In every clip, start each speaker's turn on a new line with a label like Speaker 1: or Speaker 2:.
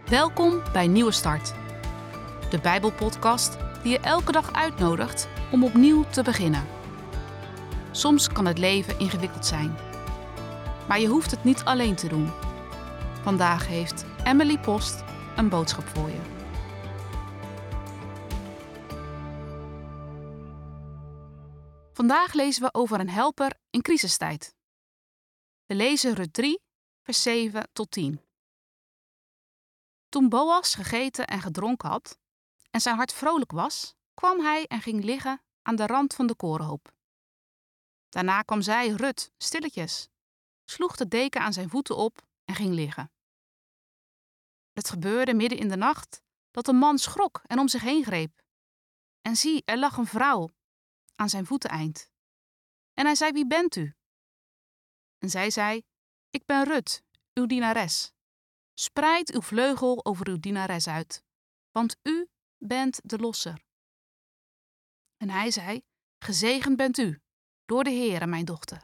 Speaker 1: Welkom bij Nieuwe Start, de Bijbelpodcast die je elke dag uitnodigt om opnieuw te beginnen. Soms kan het leven ingewikkeld zijn, maar je hoeft het niet alleen te doen. Vandaag heeft Emily Post een boodschap voor je. Vandaag lezen we over een helper in crisistijd. We lezen Rut 3, vers 7 tot 10. Toen Boas gegeten en gedronken had en zijn hart vrolijk was, kwam hij en ging liggen aan de rand van de korenhoop. Daarna kwam zij, Rut, stilletjes, sloeg de deken aan zijn voeten op en ging liggen. Het gebeurde midden in de nacht dat een man schrok en om zich heen greep. En zie, er lag een vrouw aan zijn voeteneind. En hij zei, wie bent u? En zij zei, ik ben Rut, uw dienares. Spreid uw vleugel over uw dienares uit, want u bent de losser. En hij zei, gezegend bent u, door de Heere, mijn dochter.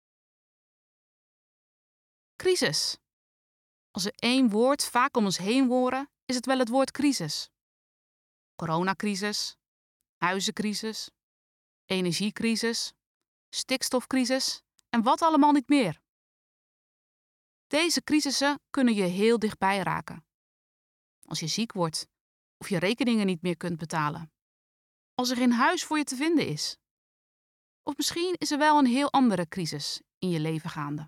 Speaker 1: Crisis. Als er één woord vaak om ons heen horen, is het wel het woord crisis. Coronacrisis, huizencrisis, energiecrisis, stikstofcrisis en wat allemaal niet meer. Deze crisissen kunnen je heel dichtbij raken. Als je ziek wordt of je rekeningen niet meer kunt betalen. Als er geen huis voor je te vinden is. Of misschien is er wel een heel andere crisis in je leven gaande.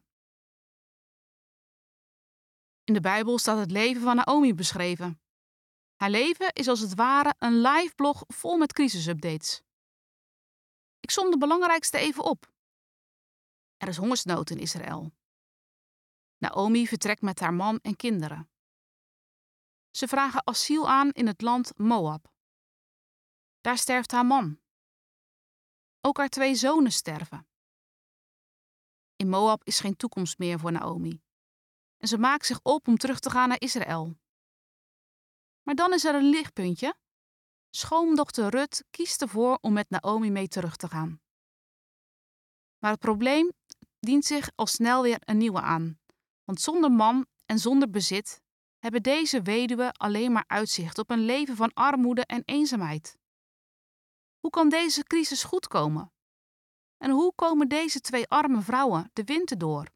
Speaker 1: In de Bijbel staat het leven van Naomi beschreven. Haar leven is als het ware een live blog vol met crisisupdates. Ik som de belangrijkste even op. Er is hongersnood in Israël. Naomi vertrekt met haar man en kinderen. Ze vragen asiel aan in het land Moab. Daar sterft haar man. Ook haar 2 zonen sterven. In Moab is geen toekomst meer voor Naomi. En ze maakt zich op om terug te gaan naar Israël. Maar dan is er een lichtpuntje. Schoondochter Rut kiest ervoor om met Naomi mee terug te gaan. Maar het probleem dient zich al snel weer een nieuwe aan. Want zonder man en zonder bezit hebben deze weduwen alleen maar uitzicht op een leven van armoede en eenzaamheid. Hoe kan deze crisis goed komen? En hoe komen deze 2 arme vrouwen de winter door?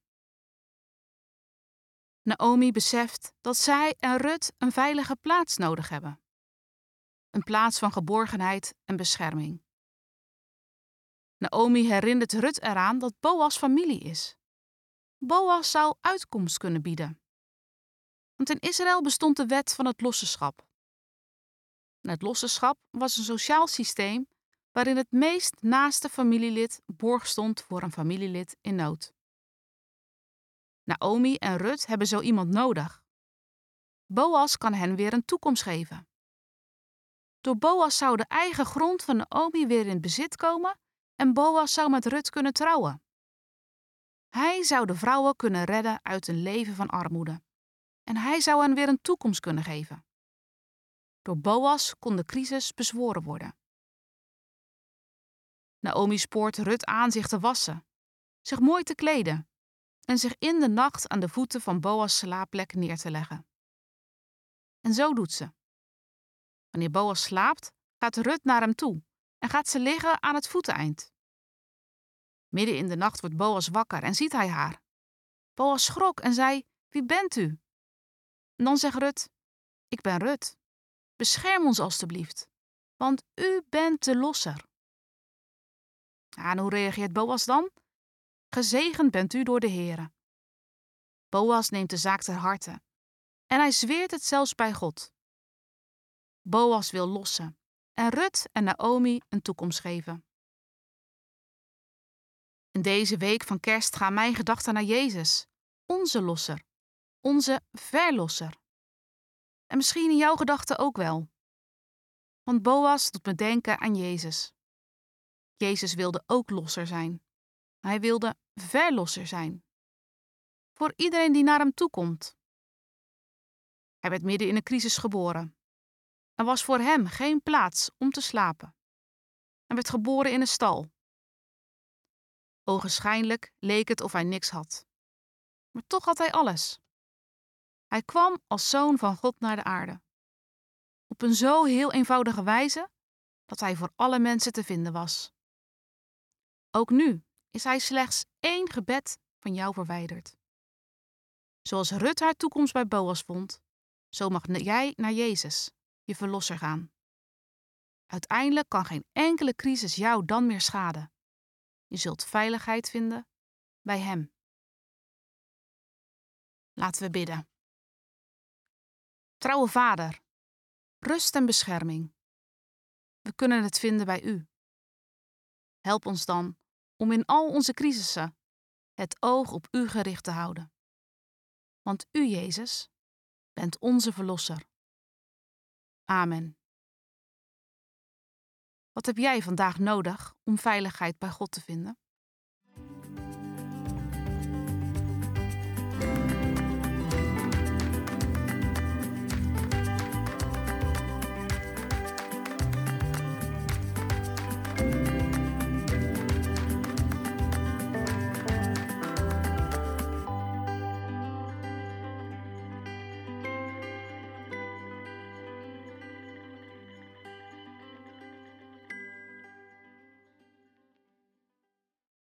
Speaker 1: Naomi beseft dat zij en Rut een veilige plaats nodig hebben. Een plaats van geborgenheid en bescherming. Naomi herinnert Rut eraan dat Boas familie is. Boas zou uitkomst kunnen bieden. Want in Israël bestond de wet van het losserschap. En het losserschap was een sociaal systeem waarin het meest naaste familielid borg stond voor een familielid in nood. Naomi en Rut hebben zo iemand nodig. Boas kan hen weer een toekomst geven. Door Boas zou de eigen grond van Naomi weer in bezit komen en Boas zou met Rut kunnen trouwen. Hij zou de vrouwen kunnen redden uit een leven van armoede. En hij zou hen weer een toekomst kunnen geven. Door Boas kon de crisis bezworen worden. Naomi spoort Rut aan zich te wassen, zich mooi te kleden en zich in de nacht aan de voeten van Boas' slaapplek neer te leggen. En zo doet ze. Wanneer Boas slaapt, gaat Rut naar hem toe en gaat ze liggen aan het voeteneind. Midden in de nacht wordt Boas wakker en ziet hij haar. Boas schrok en zei, wie bent u? En dan zegt Rut, ik ben Rut. Bescherm ons alstublieft, want u bent de losser. En hoe reageert Boas dan? Gezegend bent u door de Heere. Boas neemt de zaak ter harte en hij zweert het zelfs bij God. Boas wil lossen en Rut en Naomi een toekomst geven. In deze week van kerst gaan mijn gedachten naar Jezus, onze losser, onze verlosser. En misschien in jouw gedachten ook wel. Want Boas doet me denken aan Jezus. Jezus wilde ook losser zijn. Hij wilde verlosser zijn. Voor iedereen die naar hem toekomt. Hij werd midden in een crisis geboren. Er was voor hem geen plaats om te slapen. Hij werd geboren in een stal. Ogenschijnlijk leek het of hij niks had. Maar toch had hij alles. Hij kwam als Zoon van God naar de aarde. Op een zo heel eenvoudige wijze dat hij voor alle mensen te vinden was. Ook nu is hij slechts 1 gebed van jou verwijderd. Zoals Rut haar toekomst bij Boas vond, zo mag jij naar Jezus, je verlosser, gaan. Uiteindelijk kan geen enkele crisis jou dan meer schaden. Je zult veiligheid vinden bij Hem. Laten we bidden. Trouwe Vader, rust en bescherming. We kunnen het vinden bij U. Help ons dan om in al onze crisissen het oog op U gericht te houden. Want U, Jezus, bent onze verlosser. Amen. Wat heb jij vandaag nodig om veiligheid bij God te vinden?